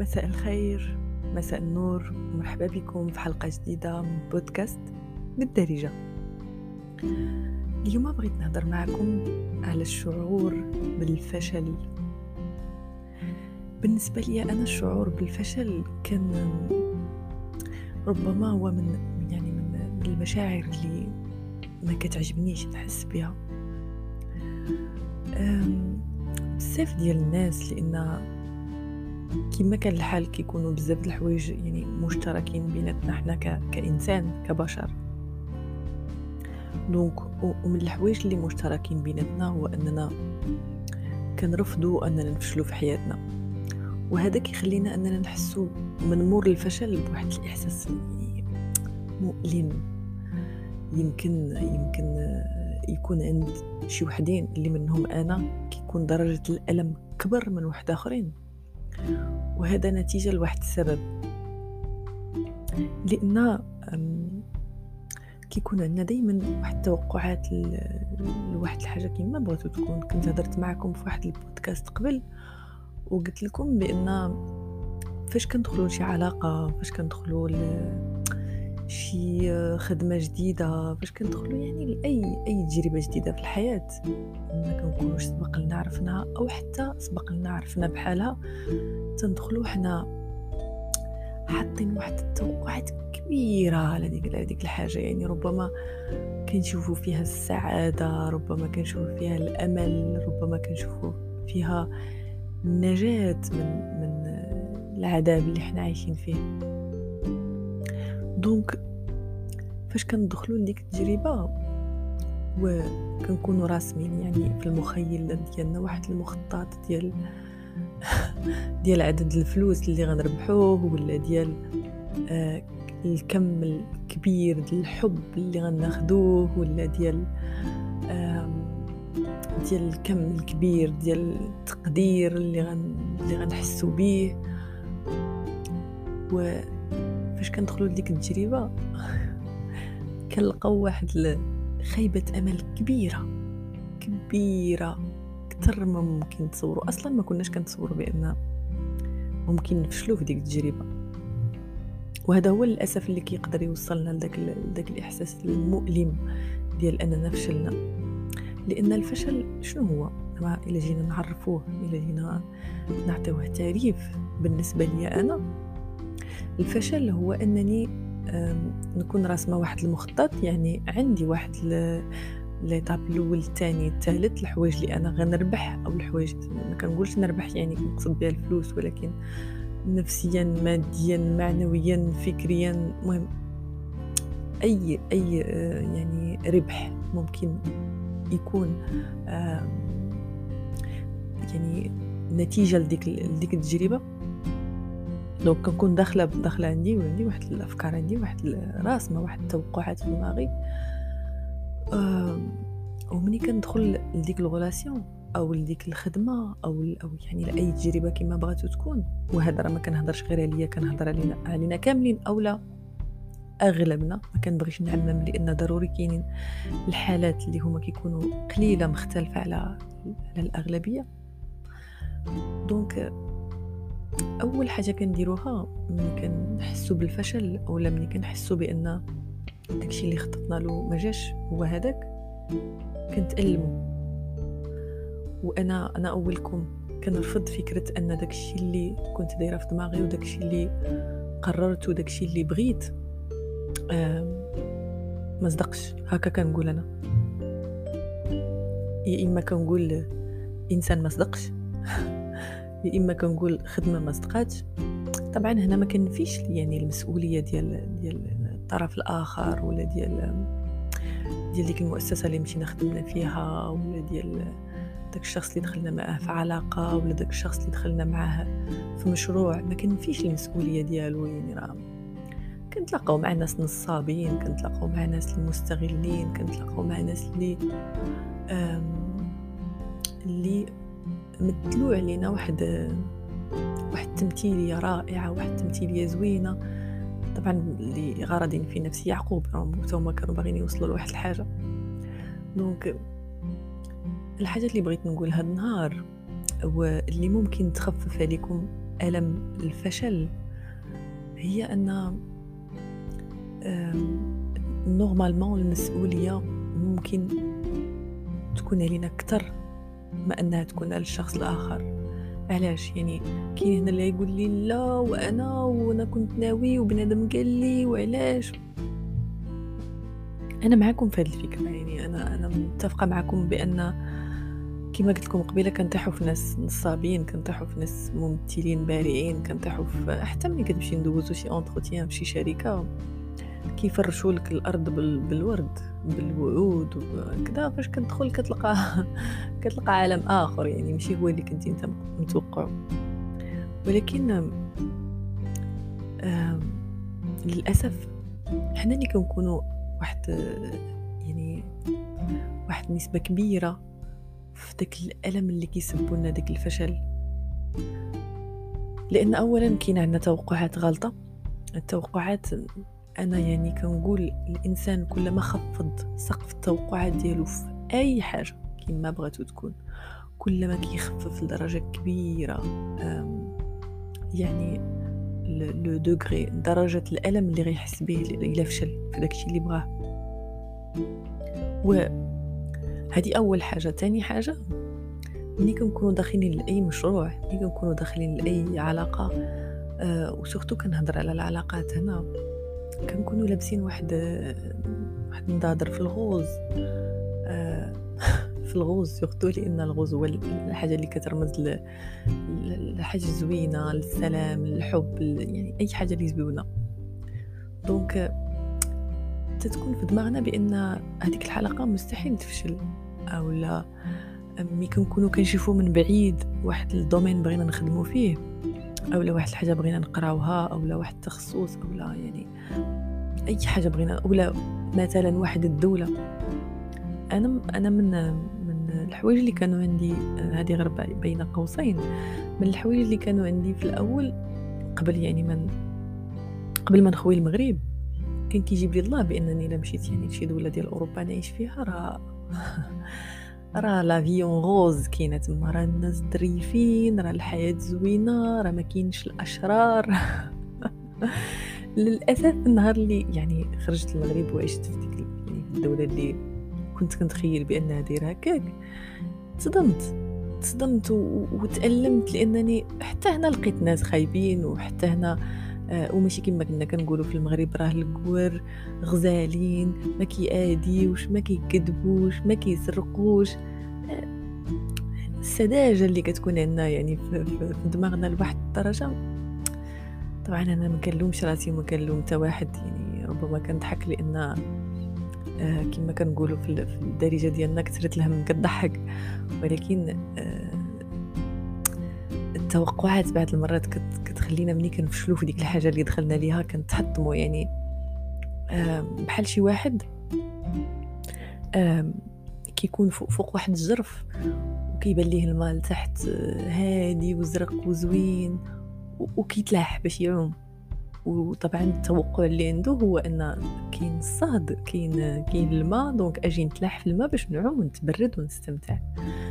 مساء الخير، مساء النور، ومرحبا بكم في حلقة جديدة من بودكاست بالدارجة. اليوم بغيت نهضر معكم على الشعور بالفشل. بالنسبة لي أنا الشعور بالفشل كان ربما هو من المشاعر اللي ما كتعجبنيش نحس بها بزاف ديال الناس، لأن كما كان الحال كيكونوا بزاف د الحوايج مشتركين بيناتنا حنا كإنسان كبشر. دونك ومن الحوايج اللي مشتركين بيناتنا هو أننا كنرفضوا أننا نفشلوا في حياتنا، وهذا كيخلينا أننا نحسوا من مور الفشل بواحد الإحساس مؤلم. يمكن يكون عند شي وحدين اللي منهم أنا كيكون درجة الألم كبر من واحد آخرين، وهذا نتيجة لواحد السبب، لأن كيكون عندنا دايما واحد التوقعات لواحد الحاجة كما بغيتو تكون. كنت هضرت معكم في واحد البودكاست قبل وقلت لكم بأن فاش كندخلوا لشي علاقة، فاش كندخلوا شي خدمة جديدة، فاش كندخلوا لأي تجربة جديدة في الحياة، ما كنكونوش سبق لنا عرفناها أو حتى سبق لنا عرفنا بحالها، تندخلوا حنا حاطين واحد التوقعات كبيرة على ديك الحاجة. ربما كنشوفوا فيها السعادة، ربما كنشوفوا فيها الأمل، ربما كنشوفوا فيها النجاة من العذاب اللي حنا عايشين فيه. دونك فاش كندخلوا لديك التجربة وكنكونوا راسمين في المخيل ديالنا واحد المخطط ديال عدد الفلوس اللي غنربحوه، ولا ديال الكم الكبير ديال الحب اللي غناخدوه، ولا ديال الكم الكبير ديال التقدير اللي غنحسوا به. وفاش كندخلوا لديك التجربة كنلقاو واحد خيبة أمل كبيرة أكثر ما ممكن تصوروا. أصلا ما كناش كنتصوروا بأن ممكن نفشلوا في ديك التجربة، وهذا هو للأسف اللي كيقدر يوصلنا لذاك الإحساس المؤلم ديال أننا فشلنا. لأن الفشل شنو هو؟ إلا جينا نعرفوه، إلا جينا نعطيوه تعريف، بالنسبة لي أنا الفشل هو أنني نكون راسمة واحد المخطط، عندي واحد ليطاب الاول الثاني الثالث الحوايج اللي انا غنربح، او الحوايج ما كنقولش نربح كنقصد بها الفلوس، ولكن نفسيا ماديا معنويا فكريا، مهم اي ربح ممكن يكون نتيجة لديك التجربة. دونك كنكون داخله عندي واحد الافكار، عندي واحد راسمه واحد التوقعات في دماغي، ومني كندخل لديك الغولاسيون او لديك الخدمه او لاي تجربه كما بغاتو تكون. وهذا راه ما كنهضرش غير عليا، كنهضر علينا كاملين، اولا اغلبنا. ما كنبغيش نعمم، لان ضروري كاينين الحالات اللي هما كيكونوا قليله مختلفه على الاغلبيه. دونك اول حاجه كنديروها ملي كنحسوا بالفشل، اولا ملي كنحسوا بان داكشي اللي خططنا له ما جاش هو هذاك، كنتألموا. وانا اولكم كنرفض فكره ان داكشي اللي كنت دايره في دماغي وداكشي اللي قررت وداكشي اللي بغيت ما صدقش. هكا كنقول انا، يا اما كنقول انسان ما صدقش يا اما كنقول خدمه ما صدقاتش. طبعا هنا ما كنفيش المسؤوليه ديال الطرف الاخر، ولا ديال ديك المؤسسه اللي مشينا خدمنا فيها، ولا ديال داك الشخص اللي دخلنا معاه في علاقه، ولا داك الشخص اللي دخلنا معاه في مشروع. ما كنفيش المسؤوليه ديالو. راه كنتلاقاو مع ناس نصابين، كنتلاقاو مع ناس المستغلين، كنتلاقاو مع ناس اللي مثلوا علينا واحد التمثيليه رائعه، واحد التمثيليه زوينه. طبعا اللي غرضين في نفس يعقوب هما كانوا باغيين يوصلوا لواحد الحاجه. دونك الحاجات اللي بغيت نقول هذا النهار واللي ممكن تخفف عليكم ألم الفشل هي أن نورمالمون المسؤولية ممكن تكون علينا أكثر ما أنها تكون على الشخص الآخر. علاش؟ يعني كاين هنا اللي يقول لي لا وانا كنت ناوي وبنادم قال لي وعلاش. انا معكم في هذه الفكره، يعني انا متفقه معكم بان كما قلت لكم قبيله كنطيحوا في ناس نصابين، كنطيحوا في ناس ممثلين بارعين، كنطيحوا في حتى ملي كتمشي ندوزو شي اونتروتيان في شي شركه كيفرشوا لك الارض بالورد بالوعود وكذا، فاش كتدخل كتلقى عالم اخر، يعني ماشي هو اللي كنتي انت متوقع. ولكن للاسف حنا اللي كنكونوا يعني واحد نسبه كبيره في داك الالم اللي كيسبب لنا داك الفشل، لان اولا كاين عندنا توقعات غلطه. التوقعات انا يعني كنقول الانسان كلما خفض سقف التوقعات ديالو في اي حاجه كما بغاتو تكون، كلما كيخفف لدرجه كبيره يعني لو دوغري درجه الالم اللي غيحس به الا فشل في داكشي اللي بغاه. وهذه اول حاجه. تاني حاجه، ملي كنكونوا داخلين لاي مشروع، ملي كنكونوا داخلين لاي علاقه، وسورتو كنهضر على العلاقات هنا، كنكونوا لابسين واحد نضادر في الغوز في الغوز سورتو، لان الغوز هو الحاجه اللي كترمز لحاجه زوينه، للسلام، للحب، يعني اي حاجه اللي زوينه. دونك تتكون في دماغنا بان هذيك الحلقه مستحيل تفشل، او لا ملي كنكونوا كنشوفوا من بعيد واحد الدومين بغينا نخدموا فيه، او لا واحد الحاجه بغينا نقراوها، او لا واحد التخصص، او لا يعني اي حاجه بغينا، او لا مثلا واحد الدوله. انا من الحوايج اللي كانوا عندي، هذه غير بين قوسين، من الحوايج اللي كانوا عندي في الاول قبل ما نخوي المغرب، كان كيجيب لي الله بانني الا مشيت يعني لشي دوله ديال اوروبا نعيش فيها، راه لا فيون غوز كاينه تما، راه الناس ظريفين، راه الحياه زوينه، راه ما كاينش الاشرار. للاسف النهار اللي يعني خرجت المغرب وعشت في ديك يعني الدوله اللي كنت كنتخيل بانها دايره هكاك، تصدمت وتألمت، لانني حتى هنا لقيت ناس خايبين، وحتى هنا وماشي كما كنا كنقولوا في المغرب راه الكور غزالين، ما كياديوش، ما كيكذبوش، ما كيسرقوش. السذاجه اللي كتكون عندنا يعني في دماغنا لواحد الدرجه. طبعا انا ما كنلومش راسي وما كنلوم حتى واحد، يعني ربما كنضحك لان كما كنقولوا في الدارجه ديالنا كثرت الهم كتضحك. ولكن التوقعات بعض المرات كتخلينا ملي كنفشلوا في ديك الحاجه اللي دخلنا ليها كنتحطموا، يعني بحال شي واحد كيكون فوق واحد الجرف وكيبان ليه الماء لتحت هادي وزرق وزوين وكيتلاح باش يعوم. وطبعا التوقع اللي عنده هو ان كاين الصهد، كاين الماء، دونك اجي نتلاح في الماء باش نعوم ونتبرد ونستمتع.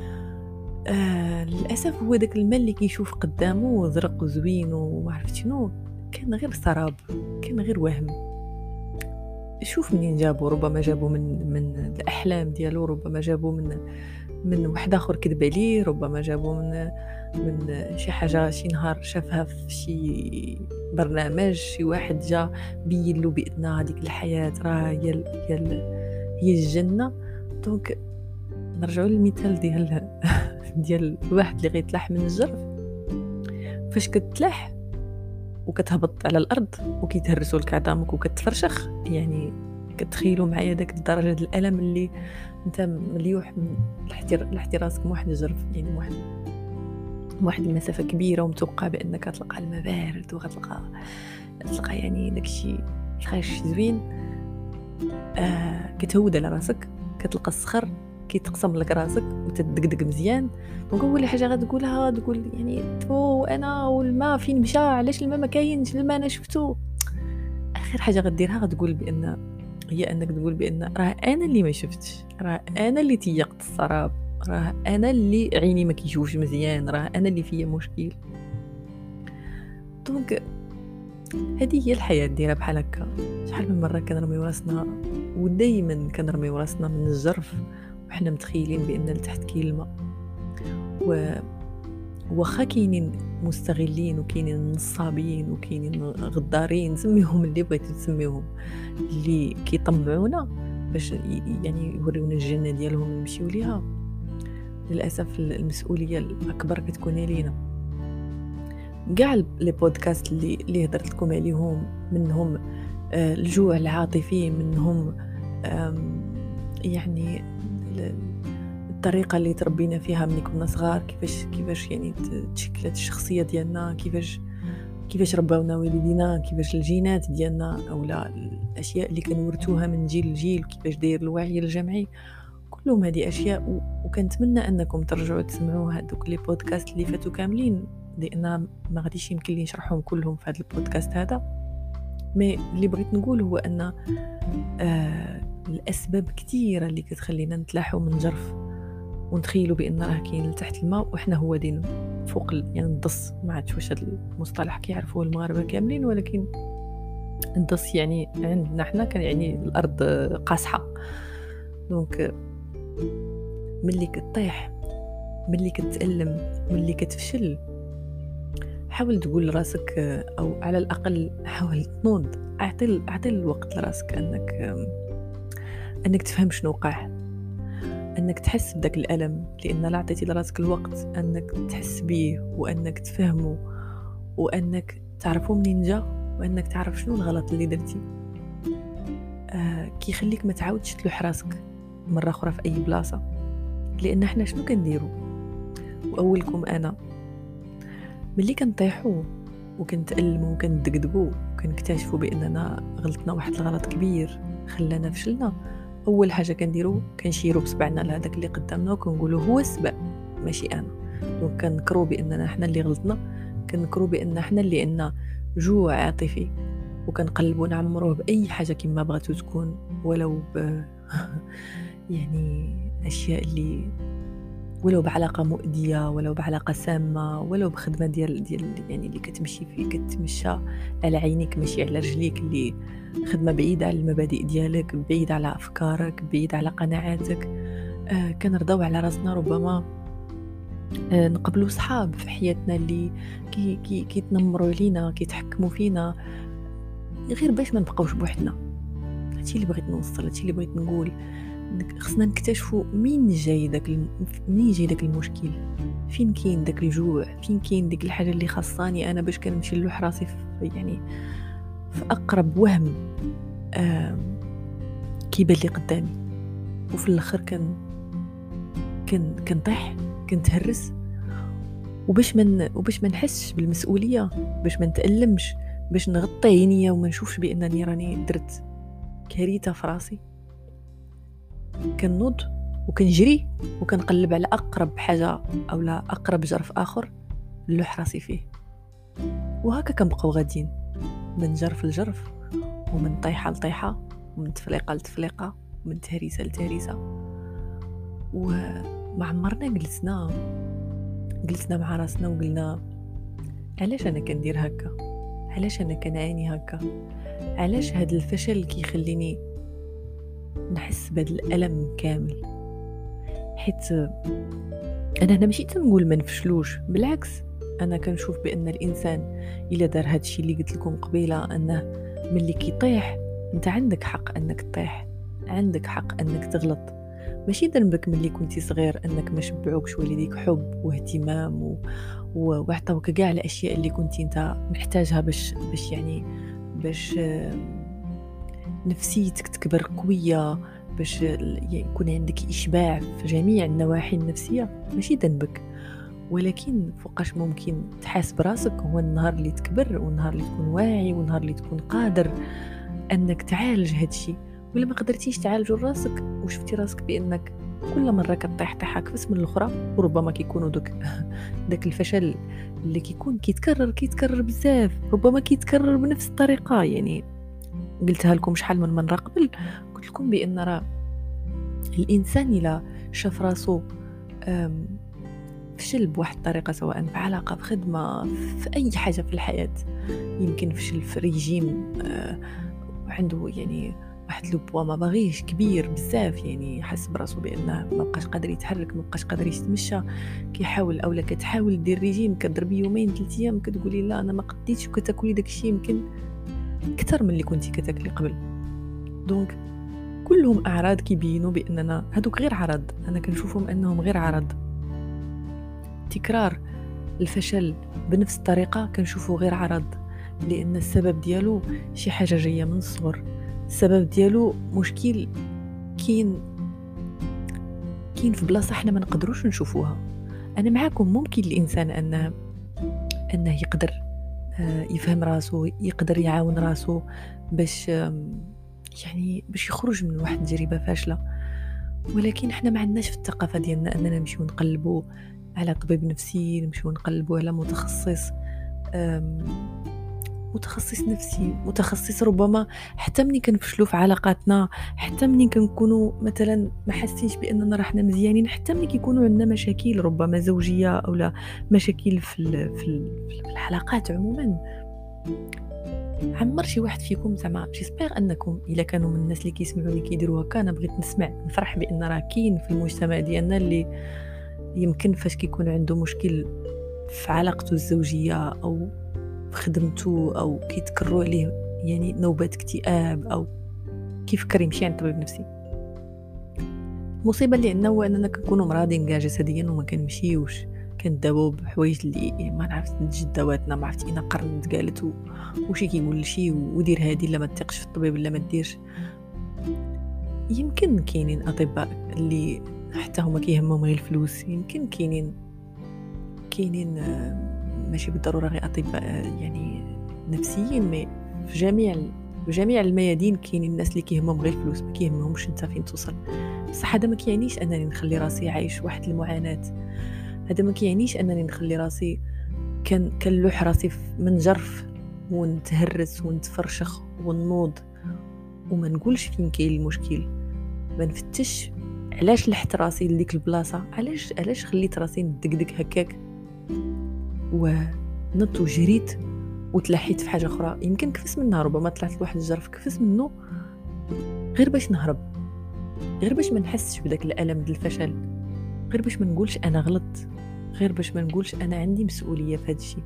للاسف هو داك الماء اللي كيشوف قدامه زرق وزوين وما عرفت شنو، كان غير سراب، كان غير وهم. شوف منين جابوا، ربما جابوا من الاحلام ديالو، ربما جابوا من واحد اخر كذب عليه، ربما جابوا من شي حاجه شي نهار شافها في شي برنامج، شي واحد جا بين له بان هذيك الحياه راه هي الجنه. دونك نرجعوا للمثال ديال الواحد اللي غيتلاح من الجرف، فاش كتلاح وكتهبط على الارض وكيتهرسوا لك عظامك وكتفرشخ، يعني كتخيلوا معايا داك الدرجه ديال الالم اللي انت مليوح لحتي راسك من واحد الجرف، يعني واحد المسافه كبيره، ومتوقع بانك تلقى الماء بارد وغتلقى يعني داكشي فريش زوين. كتهود على راسك، كتلقى الصخر كيتقسم لك راسك وتدقدق مزيان. دونك اول حاجه غتقولها تقول يعني تو انا والماء فين مشى، علاش الماء ما كاينش، الماء انا شفتو. اخر حاجه غديرها غتقول بان هي انك تقول بان راه انا اللي ما شفتش، راه انا اللي تيقت السراب، راه انا اللي عيني ما كيشوفش مزيان، راه انا اللي فيا مشكل. دونك هذه هي الحياة ديالها بحال هكا. شحال من مرة كنرميو راسنا، ودايما كنرميو راسنا من الجرف وحنا متخيلين بان لتحت كاين الماء. واخا كاينين مستغلين وكاينين نصابين وكاينين غدارين، سميهم اللي بغيتو تسميوهم، اللي كيطمعونا باش يعني يوريونا الجنة ديالهم نمشيو ليها، للاسف المسؤولية الاكبر كتكون علينا. كاع لي بودكاست اللي هضرت لكم عليهم، منهم الجوع العاطفي، منهم يعني الطريقه اللي تربينا فيها ملي كنا صغار، كيفاش يعني تشكلت الشخصيه ديالنا، كيفاش رباونا والدينا، كيفاش الجينات ديالنا اولا الاشياء اللي كنورثوها من جيل لجيل، كيفاش داير الوعي الجمعي. كلهم هذه اشياء، وكنتمنى انكم ترجعوا تسمعوا هذوك لي بودكاست اللي فاتوا كاملين، لان ما غاديش يمكن لي نشرحهم كلهم في هذا البودكاست هذا. مي اللي بغيت نقول هو ان الاسباب كثيره اللي كتخلينا نتلاحوا من جرف ونتخيلوا بان راه كاين لتحت الماء وحنا هو دين فوق يعني الضص. ما عرفتش واش هذا المصطلح كيعرفوه المغاربه كاملين، ولكن الضص يعني عندنا حنا كان يعني الارض قاصحه. دونك ملي كطيح، ملي كتألم، ملي كتفشل، حاول تقول لراسك، او على الاقل حاول تنوض، اعطي الوقت لراسك انك تفهم شنو وقع، انك تحس بداك الالم، لان لا عطيتي لراسك الوقت انك تحس بيه وانك تفهمه وانك تعرفه منين جا وانك تعرف شنو الغلط اللي درتي، كيخليك ما تعاودش تلوح راسك مره اخرى في اي بلاصه. لان احنا شنو كنديروا، واولكم انا، ملي كنطيحوا وكنتألموا وكندقدقوا وكنكتشفوا باننا غلطنا واحد الغلط كبير خلانا فشلنا، اول حاجه كنديروا كنشيروا بصبعنا لهذاك اللي قدامنا وكنقولوا هو السبب ماشي انا. دونك كنكروا باننا احنا اللي غلطنا، كنكروا بان احنا اللي عندنا جوع عاطفي، وكنقلبوا نعمروه باي حاجه كما بغاتو تكون، ولو يعني اشياء اللي ولو بعلاقه مؤذيه، ولو بعلاقه سامه، ولو بخدمه ديال يعني اللي كتمشي فيه كتمشى على عينيك ماشي على رجليك، اللي خدمه بعيده على المبادئ ديالك، بعيد على افكارك، بعيد على قناعاتك. كنرضاو على راسنا ربما نقبلوا صحاب في حياتنا اللي كيتنمروا علينا، كيتحكموا فينا، غير باش ما نبقاوش بوحدنا. هادشي اللي بغيت نوصل، هادشي اللي بغيت نقول. خصنا نكتشفوا منين جاي داك المشكل، فين كاين داك الجوع، فين كاين ديك الحاجه اللي خاصاني انا باش كنمشي نلوح راسي في اقرب وهم كيبان لي قدامي، وفي الاخر كنطيح، كنتهرس. وباش ما نحسش بالمسؤوليه، باش ما نتألمش، باش نغطي عينيا وما نشوفش بانني راني درت كارثه في راسي، كنوض وكنجري وكنقلب على اقرب حاجه او لا اقرب جرف اخر نلوح راسي فيه. وهكا كنبقاو غاديين من جرف لجرف، ومن طيحه لطيحه، ومن تفليقه لتفليقه، ومن تهريسه لتهريسه. وما عمرنا جلسنا مع راسنا وقلنا علاش انا كندير هكا، علاش انا كنعاني هكا، علاش هذا الفشل كيخليني نحس بهذا الالم كامل. حيت انا هنا ماشي تنقول ما نفشلوش، بالعكس انا كنشوف بان الانسان الا دار هذا الشيء اللي قلت لكم قبيله، انه ملي كيطيح انت عندك حق انك تطيح، عندك حق انك تغلط. ماشي ذنبك ملي كنتي صغير انك ما شبعوكش والديك حب واهتمام وعطاوك كاع الاشياء اللي كنتي انت محتاجها باش نفسيتك تكبر قويه، باش يكون عندك اشباع في جميع النواحي النفسيه. ماشي ذنبك، ولكن فوقاش ممكن تحاس براسك هو النهار اللي تكبر، والنهار اللي تكون واعي، والنهار اللي تكون قادر انك تعالج هادشي. ولا ما قدرتيش تعالج راسك وشفتي راسك بانك كل مره كطيح طيحه كفس من الاخرى، وربما كيكونوا داك الفشل اللي كيتكرر بزاف، ربما كيتكرر بنفس الطريقه. يعني قلتها لكم شحال من مره قبل، قلت لكم بان راه الانسان الا شاف راسو فشل بواحد الطريقه، سواء في علاقه، في خدمه، في اي حاجه في الحياه، يمكن فشل في ريجيم، عنده يعني واحد لو بوا ما باغيش كبير بزاف، يعني حس براسو بانه ما بقاش قادر يتحرك، ما بقاش قادر يتمشى، كيحاول اولا كتحاول دير ريجيم كضربي يومين 3 ايام كتقولي لا انا ما قديتش، وكتاكلي داكشي يمكن اكثر من اللي كنتي كتاكلي قبل. دونك كلهم اعراض كيبينوا باننا هادوك غير عرض، انا كنشوفهم انهم غير عرض. تكرار الفشل بنفس الطريقه كنشوفه غير عرض، لان السبب ديالو شي حاجه جايه من الصغر، السبب ديالو مشكل كاين في بلاصه حنا ما نقدروش نشوفوها. انا معاكم ممكن الانسان انه يقدر يفهم راسو، يقدر يعاون راسو باش يعني باش يخرج من واحد التجربه فاشله، ولكن احنا ما عندناش في الثقافه ديالنا اننا نمشيو نقلبوا على طبيب نفسي، نمشيو نقلبوا على متخصص نفسي، متخصص ربما حتى ملي كنفشلوا في علاقاتنا، حتى ملي كنكونوا مثلا ما حاسينش باننا راحنا مزيانين، حتى ملي كيكونوا عندنا مشاكل ربما زوجيه او لا مشاكل في العلاقات عموما. عمر شي واحد فيكم زعما جيسبر انكم الا كانوا من الناس اللي كيسمعوني كيديروا هكا، انا بغيت نفرح بان راه كاين في المجتمع ديالنا اللي يمكن فاش كيكون عنده مشكل في علاقته الزوجيه او في خدمته او كيتكرروا عليه يعني نوبات اكتئاب او كيفكر يمشي عند طبيب نفسي. المصيبه اللي عندنا هو اننا كنكونوا مرضين كاع جسديا وما كنمشيوش، كنداووا بحوايج اللي ما نعرفش جداواتنا ما عرفتي انا قرنت قالت وشي كيقول لشي ودير هادي لا ما تثقش في الطبيب لا ما ديرش. يمكن كاينين اطباء اللي حتى هما كيهمهم غير الفلوس، يمكن كاينين ماشي بالضروره غير اطباء يعني نفسيين، مي في جميع الميادين كاينين الناس اللي كيهمهم غير الفلوس، ما كيهمهمش انت فين توصل. بصح هذا ما كيعنيش انني نخلي راسي عايش واحد المعاناه، هذا ما كيعنيش انني نخلي راسي كنلوح راسي من جرف ونتهرس ونتفرشخ ونوض وما نقولش فين كاين المشكل، ما نفتش علاش لحت راسي لديك البلاصه، علاش خليت راسي ندقدق هكاك ونط وجريت وتلحيت في حاجه اخرى. يمكن كفس منها، ربما طلعت لواحد الجرف كفس منه غير باش نهرب، غير باش ما نحسش بداك الالم ديال الفشل، غير باش ما نقولش انا غلط، غير باش ما نقولش انا عندي مسؤوليه في هذا الشيء.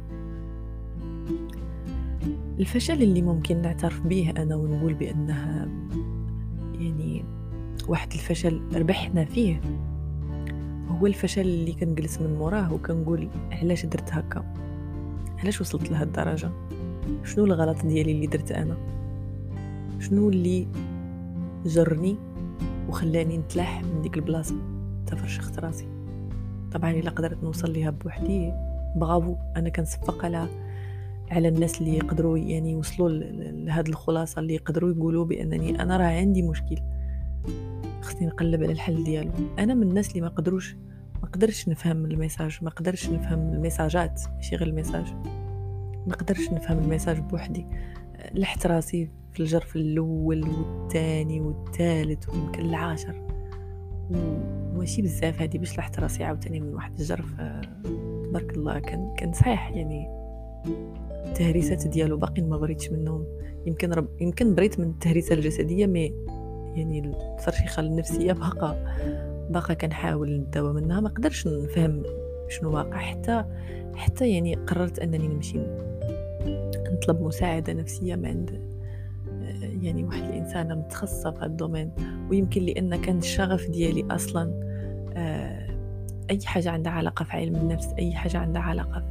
الفشل اللي ممكن نعترف به انا ونقول بانه يعني واحد الفشل ربحنا فيه، هو الفشل اللي كنجلس من موراه وكنقول علاش درت هكا، علاش وصلت لهاد الدرجه، شنو الغلط ديالي اللي درت انا، شنو اللي جرني وخلاني نتلاح من ديك البلاصه تفرشخت راسي. طبعا الا قدرت نوصل ليها بوحدي برافو، انا كنصفق على الناس اللي يقدروا يعني يوصلوا لهاد الخلاصه، اللي يقدروا يقولوا بانني انا راه عندي مشكل خصني نقلب على الحل ديالو. انا من الناس اللي ما قدرش نفهم الميساج، ما قدرش نفهم الميساجات ماشي غير الميساج، ما قدرش نفهم الميساج بوحدي، لحت راسي في الجرف الاول والثاني والثالث ويمكن العاشر وماشي بزاف هادي باش لحت راسي عاوتاني من واحد الجرف تبارك الله كان صحيح يعني التهريسات ديالو باقي ما بريتش منهم، يمكن بريت من التهريسه الجسديه، مي يعني الترشيخه النفسيه باقا كنحاول نداوى منها، ما قدرش نفهم شنو واقع حتى يعني قررت انني نمشي نطلب مساعده نفسيه من عند يعني واحد الانسانه متخصصه في هذا الدومين. ويمكن لان كان الشغف ديالي اصلا اي حاجه عندها علاقه في علم النفس، اي حاجه عندها علاقه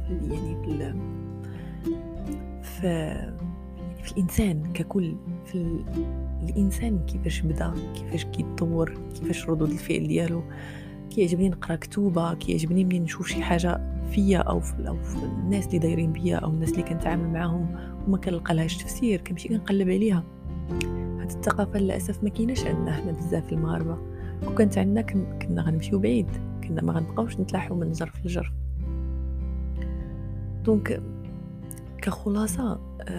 في الانسان ككل، في الانسان كيفاش بدا، كيفاش كيتطور، كيفاش ردود الفعل ديالو. كيعجبني نقرا كتوبه، كيعجبني ملي نشوف شي حاجه فيا او في الناس اللي دايرين بيا او الناس اللي كنتعامل معاهم وما كنلقى لهاش تفسير، كنمشي كنقلب عليها. هاد الثقافه للاسف ما كايناش عندنا حنا بزاف المغاربه، كون كانت عندنا كنا غنمشيو بعيد، كنا ما غنبقاوش نتلاحوا من جرف لجرف. دونك كخلاصه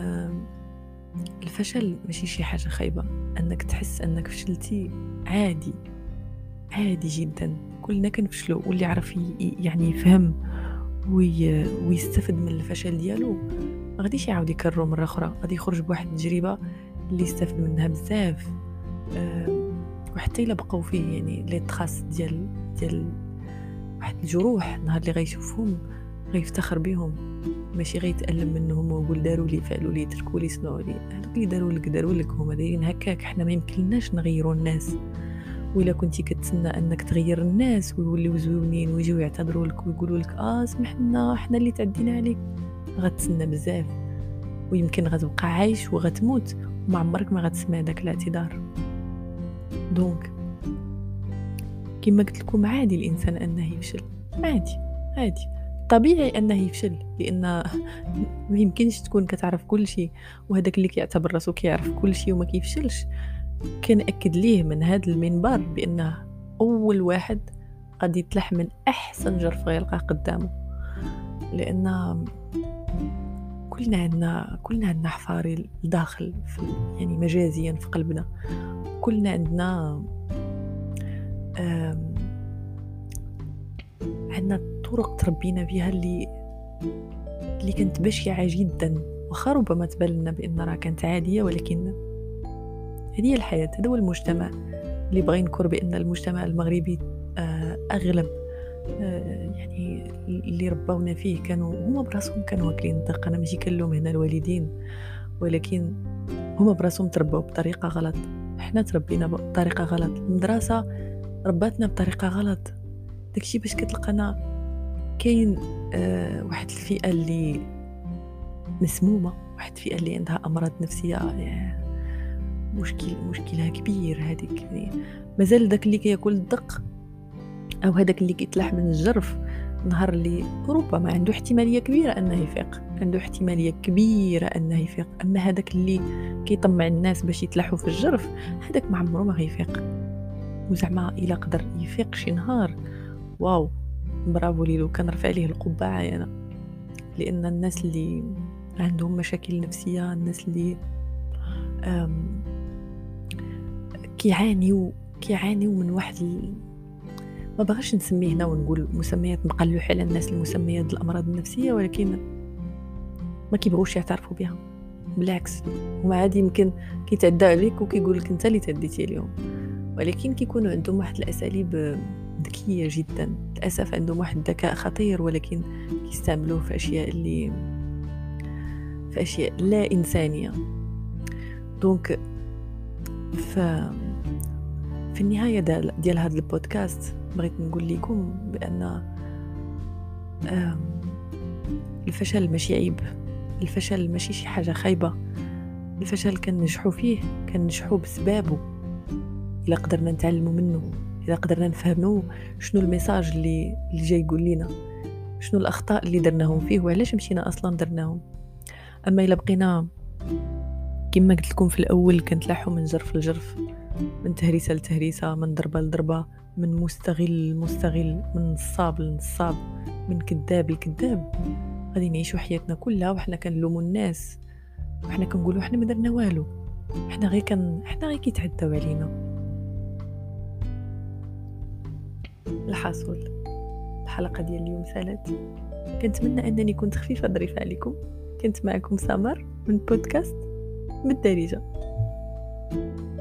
الفشل ماشي شي حاجه خايبه، انك تحس انك فشلتي عادي جدا، كلنا كنفشلوا، واللي يعرف يعني يفهم ويستفد من الفشل ديالو ما غاديش يعاود يكرروا مره اخرى، غادي يخرج بواحد التجربه اللي يستافد منها بزاف. وحتى الا بقاو فيه يعني لي تراس ديال واحد الجروح، نهار اللي غيشوفهم غيفتخر بهم، ماشي غيتألم منهم ويقول داروا لي فعلوا لي تركوا لي صنعوا لي. هذوك اللي داروا لك هما دايرين هكاك. حنا ما يمكنناش نغيروا الناس، وإلا كنتي كتسنى انك تغير الناس ويوليو زوينين ويجيو يعتذروا لك ويقولوا لك سمح لنا حنا اللي تعدينا عليك، غتسنى بزاف، ويمكن غتبقى عايش وغتموت وما عمرك ما غتسمع داك الاعتذار. دونك كما قلت لكم عادي الانسان انه يفشل، عادي طبيعي انه يفشل، لان ما يمكنش تكون كتعرف كل شيء وهذاك اللي كيعتبر راسو كيعرف كل شيء وما كيفشلش كنأكد ليه من هذا المنبر بانه اول واحد غادي يتلح من احسن جرف غيلقاه قدامه. لان كلنا عندنا حفاري الداخل يعني مجازيا في قلبنا، كلنا عندنا عندنا طرق تربينا فيها اللي كانت بشعة جدا، وخا ربما تبان لنا بان راه كانت عادية، ولكن هذه الحياة. هذا هو المجتمع اللي بغى ينكر بان المجتمع المغربي اغلب يعني اللي ربونا فيه كانوا هما براسهم كانوا واكلين الدق. انا ماشي كنلوم هنا الوالدين، ولكن هما براسهم تربوا بطريقه غلط، احنا تربينا بطريقه غلط، المدرسه رباتنا بطريقه غلط. داكشي باش كتلقانا كاين واحد الفئه اللي مسمومه، واحد الفئه اللي عندها امراض نفسيه مشكلها كبير. هذيك يعني مازال داك اللي كياكل الدق او هذاك اللي كيتلاح من الجرف، نهار اللي ربما عنده احتماليه كبيره انه يفيق، انه يفيق. اما هذاك اللي كيطمع الناس باش يتلاحوا في الجرف، هذاك ما عمره ما غيفيق. وزعما الا قدر يفيق شي نهار، واو برافو ليلو، كنرفع عليه القبعه انا. لان الناس اللي عندهم مشاكل نفسيه، الناس اللي كيعانيوا من واحد ما بغاش نسميه هنا ونقول مسميات مقلوح على الناس، المسميات الامراض النفسيه، ولكن ما كيبغوش يعترفوا بها. بالعكس هما عادي يمكن كيتعدى عليك وكيقول لك انت اللي تديتي اليوم، ولكن كيكونوا عندهم واحد الاساليب ذكيه جدا. للاسف عندهم واحد الذكاء خطير، ولكن كيستعملوه في اشياء لا انسانيه. دونك في النهايه ديال هذا البودكاست بغيت نقول لكم بان الفشل ماشي عيب، الفشل ماشي شي حاجه خايبه، الفشل كننجحوا فيه، كننجحوا بسبابه الا قدرنا نتعلموا منه، اذا قدرنا نفهموا شنو الميساج اللي جاي يقول لنا، شنو الاخطاء اللي درناهم فيه وعلاش مشينا اصلا درناهم. اما الا بقينا كما قلت لكم في الاول كنتلاحوا من جرف لجرف، من تهريسه لتهريسه، من ضربه لضربه، من مستغل لمستغل، من نصاب لنصاب، من كذاب لكذاب، غادي نعيشوا حياتنا كلها وحنا كنلوموا الناس، وحنا كنقولوا حنا ما درنا والو، حنا غير كيتعداو علينا. الحاصل الحلقه ديال اليوم سالات، كنتمنى انني كنت خفيفه ظريفه عليكم. كنت معكم سمر من بودكاست بالدارجه.